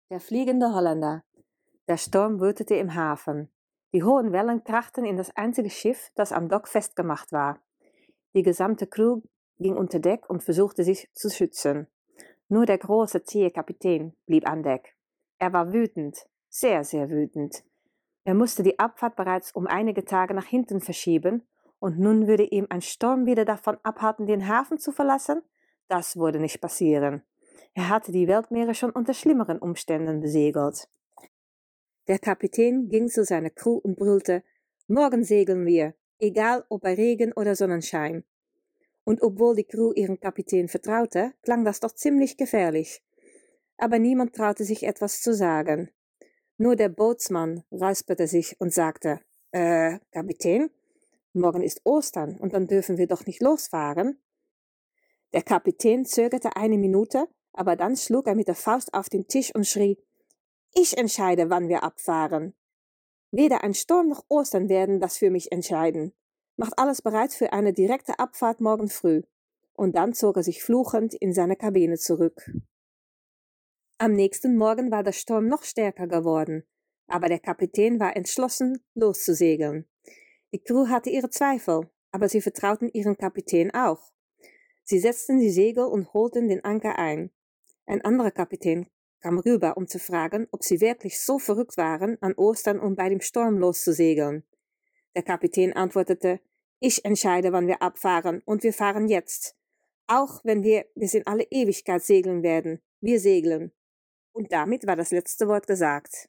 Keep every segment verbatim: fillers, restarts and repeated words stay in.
Der fliegende Holländer. Der Sturm wütete im Hafen. Die hohen Wellen krachten in das einzige Schiff, das am Dock festgemacht war. Die gesamte Crew ging unter Deck und versuchte sich zu schützen. Nur der große, zähe Kapitän blieb an Deck. Er war wütend, sehr, sehr wütend. Er musste die Abfahrt bereits um einige Tage nach hinten verschieben, und nun würde ihm ein Sturm wieder davon abhalten, den Hafen zu verlassen? Das würde nicht passieren. Er hatte die Weltmeere schon unter schlimmeren Umständen besegelt. Der Kapitän ging zu seiner Crew und brüllte: »Morgen segeln wir, egal ob bei Regen oder Sonnenschein.« Und obwohl die Crew ihren Kapitän vertraute, klang das doch ziemlich gefährlich. Aber niemand traute sich etwas zu sagen. Nur der Bootsmann räusperte sich und sagte: »Äh, Kapitän, morgen ist Ostern und dann dürfen wir doch nicht losfahren.« Der Kapitän zögerte eine Minute, aber dann schlug er mit der Faust auf den Tisch und schrie: »Ich entscheide, wann wir abfahren. Weder ein Sturm noch Ostern werden das für mich entscheiden. Macht alles bereit für eine direkte Abfahrt morgen früh.« Und dann zog er sich fluchend in seine Kabine zurück. Am nächsten Morgen war der Sturm noch stärker geworden, aber der Kapitän war entschlossen, loszusegeln. Die Crew hatte ihre Zweifel, aber sie vertrauten ihren Kapitän auch. Sie setzten die Segel und holten den Anker ein. Ein anderer Kapitän kam rüber, um zu fragen, ob sie wirklich so verrückt waren, an Ostern um bei dem Sturm loszusegeln. Der Kapitän antwortete: »Ich entscheide, wann wir abfahren, und wir fahren jetzt. Auch wenn wir bis in alle Ewigkeit segeln werden, wir segeln.« Und damit war das letzte Wort gesagt.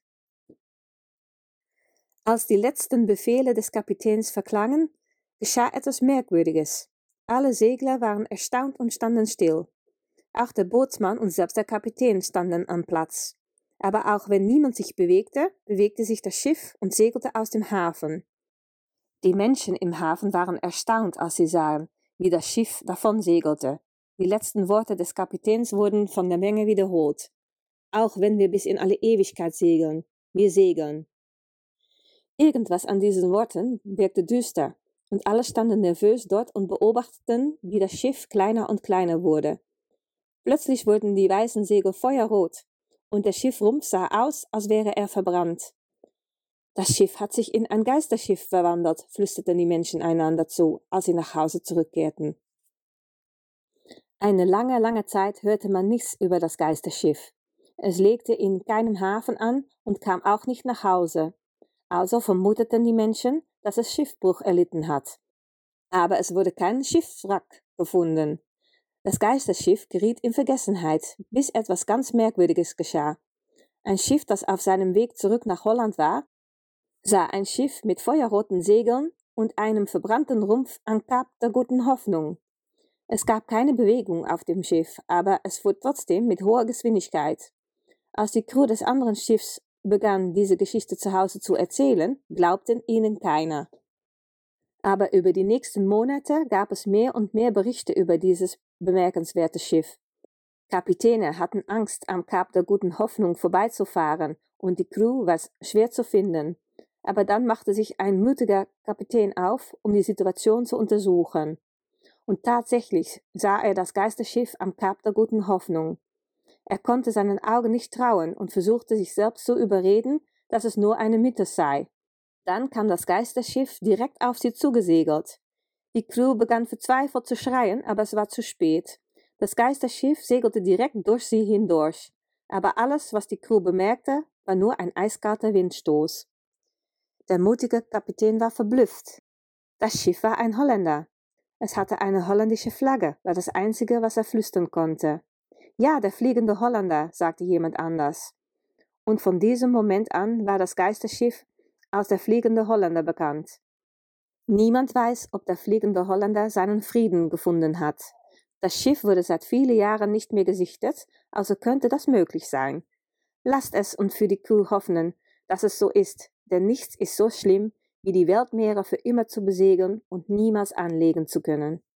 Als die letzten Befehle des Kapitäns verklangen, geschah etwas Merkwürdiges. Alle Segler waren erstaunt und standen still. Auch der Bootsmann und selbst der Kapitän standen am Platz. Aber auch wenn niemand sich bewegte, bewegte sich das Schiff und segelte aus dem Hafen. Die Menschen im Hafen waren erstaunt, als sie sahen, wie das Schiff davon segelte. Die letzten Worte des Kapitäns wurden von der Menge wiederholt. »Auch wenn wir bis in alle Ewigkeit segeln, wir segeln.« Irgendwas an diesen Worten wirkte düster, und alle standen nervös dort und beobachteten, wie das Schiff kleiner und kleiner wurde. Plötzlich wurden die weißen Segel feuerrot, und der Schiffrumpf sah aus, als wäre er verbrannt. »Das Schiff hat sich in ein Geisterschiff verwandelt«, flüsterten die Menschen einander zu, als sie nach Hause zurückkehrten. Eine lange, lange Zeit hörte man nichts über das Geisterschiff. Es legte in keinem Hafen an und kam auch nicht nach Hause. Also vermuteten die Menschen, dass es Schiffbruch erlitten hat. Aber es wurde kein Schiffswrack gefunden. Das Geisterschiff geriet in Vergessenheit, bis etwas ganz Merkwürdiges geschah. Ein Schiff, das auf seinem Weg zurück nach Holland war, sah ein Schiff mit feuerroten Segeln und einem verbrannten Rumpf am Kap der Guten Hoffnung. Es gab keine Bewegung auf dem Schiff, aber es fuhr trotzdem mit hoher Geschwindigkeit. Als die Crew des anderen Schiffs begann, diese Geschichte zu Hause zu erzählen, glaubten ihnen keiner. Aber über die nächsten Monate gab es mehr und mehr Berichte über dieses bemerkenswerte Schiff. Kapitäne hatten Angst, am Kap der Guten Hoffnung vorbeizufahren, und die Crew war schwer zu finden. Aber dann machte sich ein mutiger Kapitän auf, um die Situation zu untersuchen. Und tatsächlich sah er das Geisterschiff am Kap der Guten Hoffnung. Er konnte seinen Augen nicht trauen und versuchte sich selbst zu überreden, dass es nur eine Mythos sei. Dann kam das Geisterschiff direkt auf sie zugesegelt. Die Crew begann verzweifelt zu schreien, aber es war zu spät. Das Geisterschiff segelte direkt durch sie hindurch. Aber alles, was die Crew bemerkte, war nur ein eiskalter Windstoß. Der mutige Kapitän war verblüfft. Das Schiff war ein Holländer. Es hatte eine holländische Flagge, war das Einzige, was er flüstern konnte. »Ja, der fliegende Holländer«, sagte jemand anders. Und von diesem Moment an war das Geisterschiff als der fliegende Holländer bekannt. Niemand weiß, ob der fliegende Holländer seinen Frieden gefunden hat. Das Schiff wurde seit vielen Jahren nicht mehr gesichtet, also könnte das möglich sein. Lasst es und für die Crew hoffen, dass es so ist, denn nichts ist so schlimm, wie die Weltmeere für immer zu besegeln und niemals anlegen zu können.